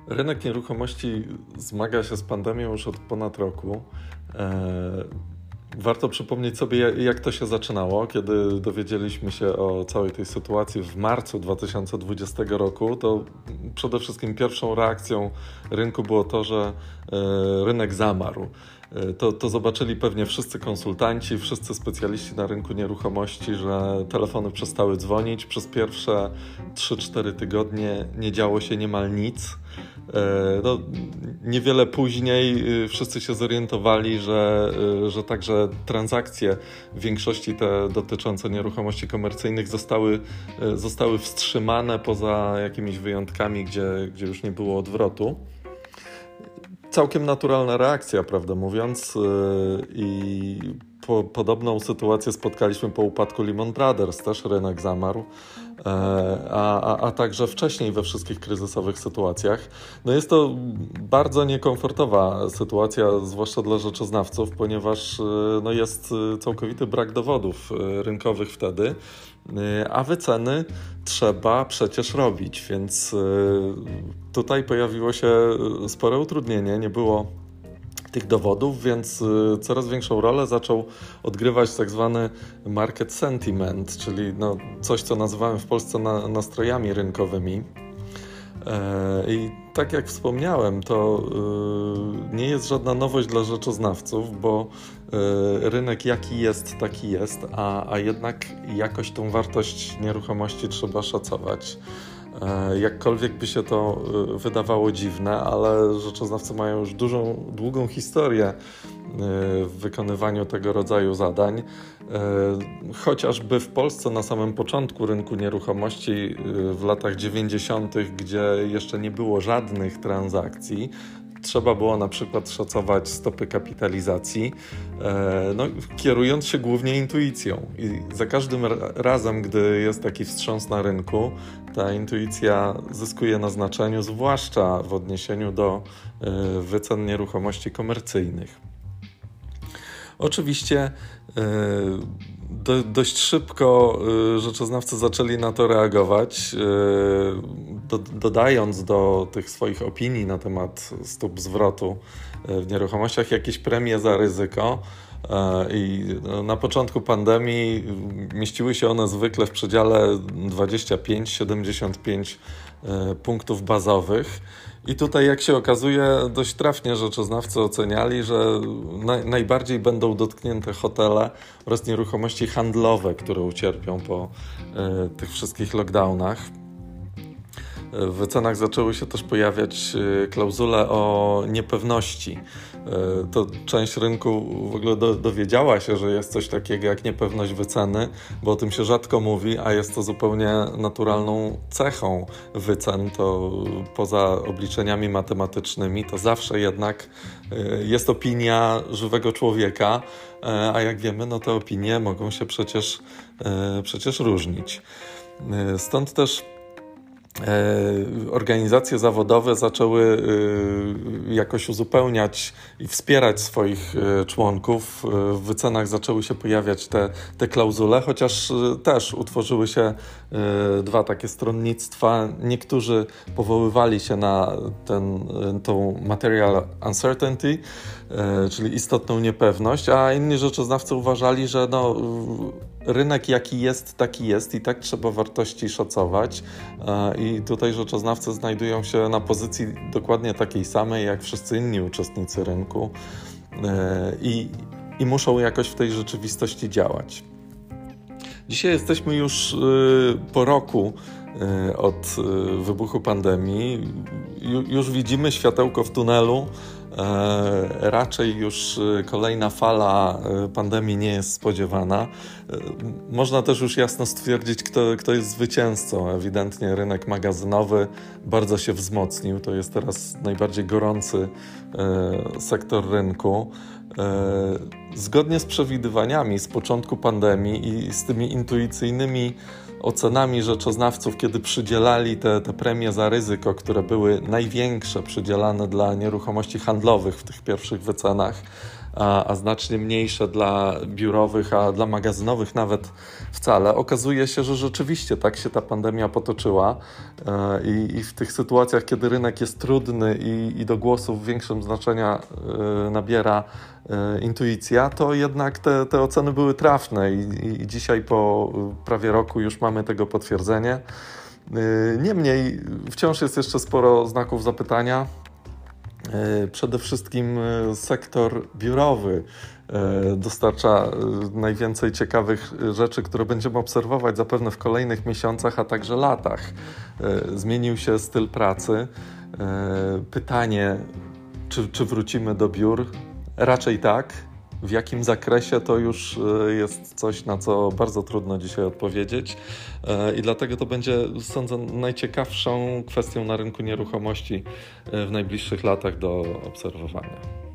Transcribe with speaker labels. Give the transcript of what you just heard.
Speaker 1: Rynek nieruchomości zmaga się z pandemią już od ponad roku. Warto przypomnieć sobie, jak to się zaczynało. Kiedy dowiedzieliśmy się o całej tej sytuacji w marcu 2020 roku, to przede wszystkim pierwszą reakcją rynku było to, że rynek zamarł. To zobaczyli pewnie wszyscy konsultanci, wszyscy specjaliści na rynku nieruchomości, że telefony przestały dzwonić. Przez pierwsze 3-4 tygodnie nie działo się niemal nic. Niewiele później wszyscy się zorientowali, że także transakcje w większości te dotyczące nieruchomości komercyjnych zostały wstrzymane poza jakimiś wyjątkami, gdzie już nie było odwrotu. Całkiem naturalna reakcja, prawdę mówiąc, i podobną sytuację spotkaliśmy po upadku Lehman Brothers, też rynek zamarł, a także wcześniej we wszystkich kryzysowych sytuacjach. Jest to bardzo niekomfortowa sytuacja, zwłaszcza dla rzeczoznawców, ponieważ jest całkowity brak dowodów rynkowych wtedy, a wyceny trzeba przecież robić, więc tutaj pojawiło się spore utrudnienie, nie było tych dowodów, więc coraz większą rolę zaczął odgrywać tak zwany market sentiment, czyli coś, co nazywamy w Polsce nastrojami rynkowymi. I tak jak wspomniałem, to nie jest żadna nowość dla rzeczoznawców, bo rynek jaki jest, taki jest, a jednak jakoś tą wartość nieruchomości trzeba szacować. Jakkolwiek by się to wydawało dziwne, ale rzeczoznawcy mają już długą historię w wykonywaniu tego rodzaju zadań. Chociażby w Polsce na samym początku rynku nieruchomości w latach 90., gdzie jeszcze nie było żadnych transakcji, trzeba było na przykład szacować stopy kapitalizacji, kierując się głównie intuicją. I za każdym razem, gdy jest taki wstrząs na rynku, ta intuicja zyskuje na znaczeniu, zwłaszcza w odniesieniu do wycen nieruchomości komercyjnych. Oczywiście dość szybko rzeczoznawcy zaczęli na to reagować, dodając do tych swoich opinii na temat stóp zwrotu w nieruchomościach jakieś premie za ryzyko. I na początku pandemii mieściły się one zwykle w przedziale 25-75 punktów bazowych. I tutaj, jak się okazuje, dość trafnie rzeczoznawcy oceniali, że najbardziej będą dotknięte hotele oraz nieruchomości handlowe, które ucierpią po tych wszystkich lockdownach. W wycenach zaczęły się też pojawiać klauzule o niepewności. To część rynku w ogóle dowiedziała się, że jest coś takiego jak niepewność wyceny, bo o tym się rzadko mówi, a jest to zupełnie naturalną cechą wycen. To poza obliczeniami matematycznymi, to zawsze jednak jest opinia żywego człowieka, a jak wiemy, te opinie mogą się przecież różnić. Stąd też organizacje zawodowe zaczęły jakoś uzupełniać i wspierać swoich członków. W wycenach zaczęły się pojawiać te klauzule, chociaż też utworzyły się dwa takie stronnictwa. Niektórzy powoływali się na tą material uncertainty, czyli istotną niepewność, a inni rzeczoznawcy uważali, że rynek jaki jest, taki jest i tak trzeba wartości szacować. I tutaj rzeczoznawcy znajdują się na pozycji dokładnie takiej samej jak wszyscy inni uczestnicy rynku i muszą jakoś w tej rzeczywistości działać. Dzisiaj jesteśmy już po roku od wybuchu pandemii. Już widzimy światełko w tunelu. Raczej już kolejna fala pandemii nie jest spodziewana. Można też już jasno stwierdzić, kto jest zwycięzcą. Ewidentnie rynek magazynowy bardzo się wzmocnił. To jest teraz najbardziej gorący sektor rynku. Zgodnie z przewidywaniami z początku pandemii i z tymi intuicyjnymi ocenami rzeczoznawców, kiedy przydzielali te premie za ryzyko, które były największe przydzielane dla nieruchomości handlowych w tych pierwszych wycenach, a znacznie mniejsze dla biurowych, a dla magazynowych nawet wcale. Okazuje się, że rzeczywiście tak się ta pandemia potoczyła i w tych sytuacjach, kiedy rynek jest trudny i do głosów większym znaczenia nabiera intuicja, to jednak te oceny były trafne i dzisiaj po prawie roku już mamy tego potwierdzenie. Niemniej wciąż jest jeszcze sporo znaków zapytania. Przede wszystkim sektor biurowy dostarcza najwięcej ciekawych rzeczy, które będziemy obserwować zapewne w kolejnych miesiącach, a także latach. Zmienił się styl pracy. Pytanie, czy wrócimy do biur? Raczej tak. W jakim zakresie to już jest coś, na co bardzo trudno dzisiaj odpowiedzieć i dlatego to będzie, sądzę, najciekawszą kwestią na rynku nieruchomości w najbliższych latach do obserwowania.